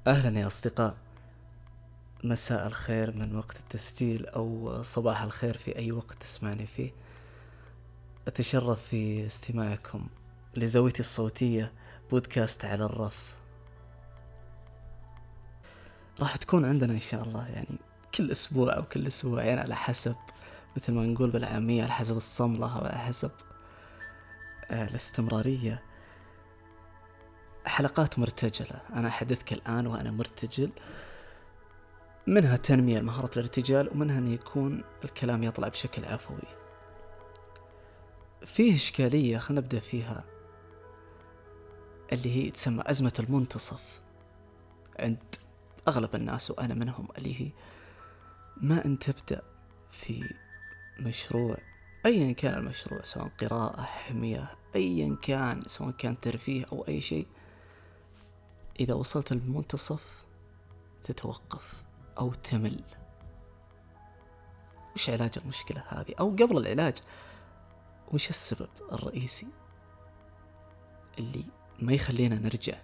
أهلا يا أصدقاء، مساء الخير من وقت التسجيل أو صباح الخير في أي وقت تسمعني فيه. أتشرف في استماعكم لزاويتي الصوتية، بودكاست على الرف. راح تكون عندنا إن شاء الله يعني كل أسبوع أو كل أسبوعين على حسب، مثل ما نقول بالعامية، على حسب الصملة أو على حسب الاستمرارية. حلقات مرتجلة، أنا أحدثك الآن وأنا مرتجل، منها تنمية مهارة الارتجال ومنها أن يكون الكلام يطلع بشكل عفوي. فيه إشكالية خلنا نبدأ فيها، اللي هي تسمى أزمة المنتصف عند أغلب الناس وأنا منهم، اللي هي ما أن تبدأ في مشروع أيا كان المشروع، سواء قراءة، حمية، أيا كان، سواء كان ترفيه أو أي شيء، إذا وصلت المنتصف تتوقف أو تمل. وش علاج المشكلة هذه؟ أو قبل العلاج، وش السبب الرئيسي اللي ما يخلينا نرجع؟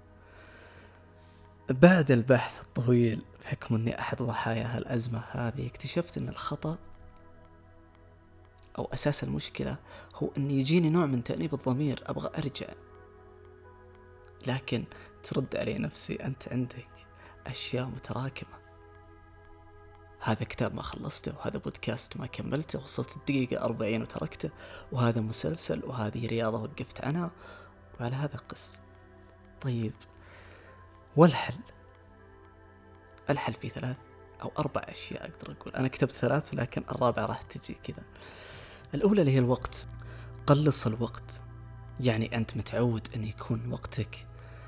بعد البحث الطويل، بحكم أني أحد ضحايا هالأزمة هذه، اكتشفت أن الخطأ أو أساس المشكلة هو أن يجيني نوع من تأنيب الضمير، أبغى أرجع، لكن ترد علي نفسي أنت عندك أشياء متراكمة. هذا كتاب ما خلصته، وهذا بودكاست ما كملته، وصلت الدقيقة 40 وتركته، وهذا مسلسل، وهذه رياضة وقفت عنها، وعلى هذا قس. طيب، والحل؟ الحل في 3 أو 4 أشياء أقدر أقول. أنا كتبت 3 لكن الرابعة راح تجي كذا. الأولى اللي هي الوقت. قلص الوقت، يعني أنت متعود أن يكون وقتك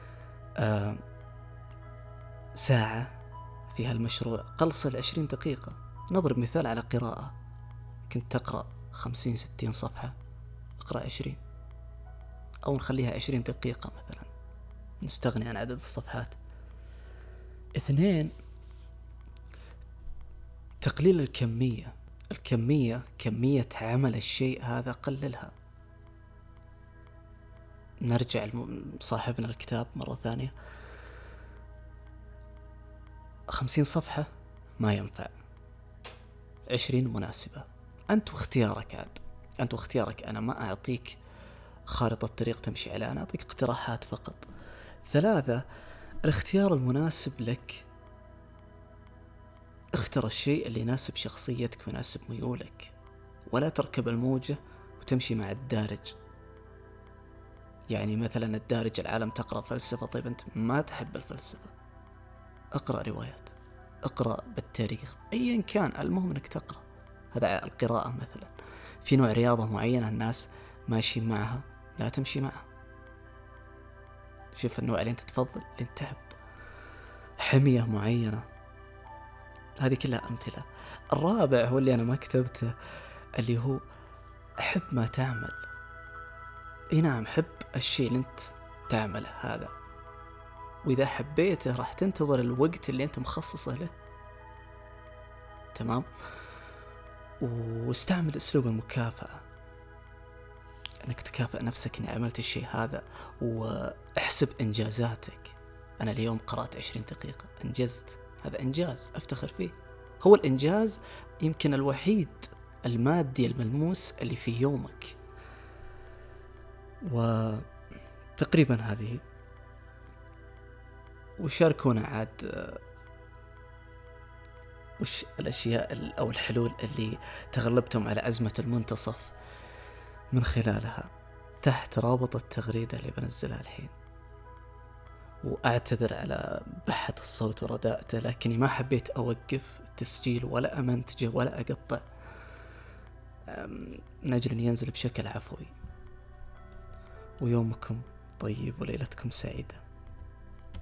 ساعة في هالمشروع، قلص 20 دقيقة. نضرب مثال على قراءة، كنت تقرأ 50-60 صفحة، اقرأ 20، أو نخليها 20 دقيقة مثلا، نستغني عن عدد الصفحات. 2، تقليل الكمية. كمية عمل الشيء هذا قللها. نرجع لصاحبنا الكتاب مرة ثانية، 50 صفحة ما ينفع، 20 مناسبة. أنت واختيارك عاد، أنت واختيارك. أنا ما أعطيك خارطة طريق تمشي عليها، أنا أعطيك اقتراحات فقط. 3، الاختيار المناسب لك. اختر الشيء اللي يناسب شخصيتك ويناسب ميولك، ولا تركب الموجة وتمشي مع الدارج. يعني مثلا الدارج العالم تقرأ فلسفة، طيب أنت ما تحب الفلسفة، اقرأ روايات، اقرأ بالتاريخ، أيا كان، المهم أنك تقرأ. هذا القراءة مثلا. في نوع رياضة معينة الناس ماشي معها، لا تمشي معها. شوف النوع اللي أنت تفضل، اللي أنت تحب. حمية معينة، هذه كلها أمثلة. الرابع هو اللي أنا ما كتبته، اللي هو أحب ما تعمل. اي نعم، حب الشيء اللي انت تعمله هذا، واذا حبيته راح تنتظر الوقت اللي انت مخصصه له. تمام. واستعمل اسلوب المكافأة، انك تكافئ نفسك اني عملت الشيء هذا، واحسب انجازاتك. انا اليوم قرأت 20 دقيقة، انجزت، هذا انجاز افتخر فيه. هو الانجاز يمكن الوحيد المادي الملموس اللي في يومك. وتقريبا هذه. وشاركونا عاد وش الأشياء أو الحلول اللي تغلبتم على أزمة المنتصف من خلالها، تحت رابط التغريدة اللي بنزلها الحين. وأعتذر على بحة الصوت ورداءته، لكني ما حبيت أوقف التسجيل ولا أمنتجه ولا أقطع، من أجل أن ينزل بشكل عفوي. ويومكم طيب وليلتكم سعيدة.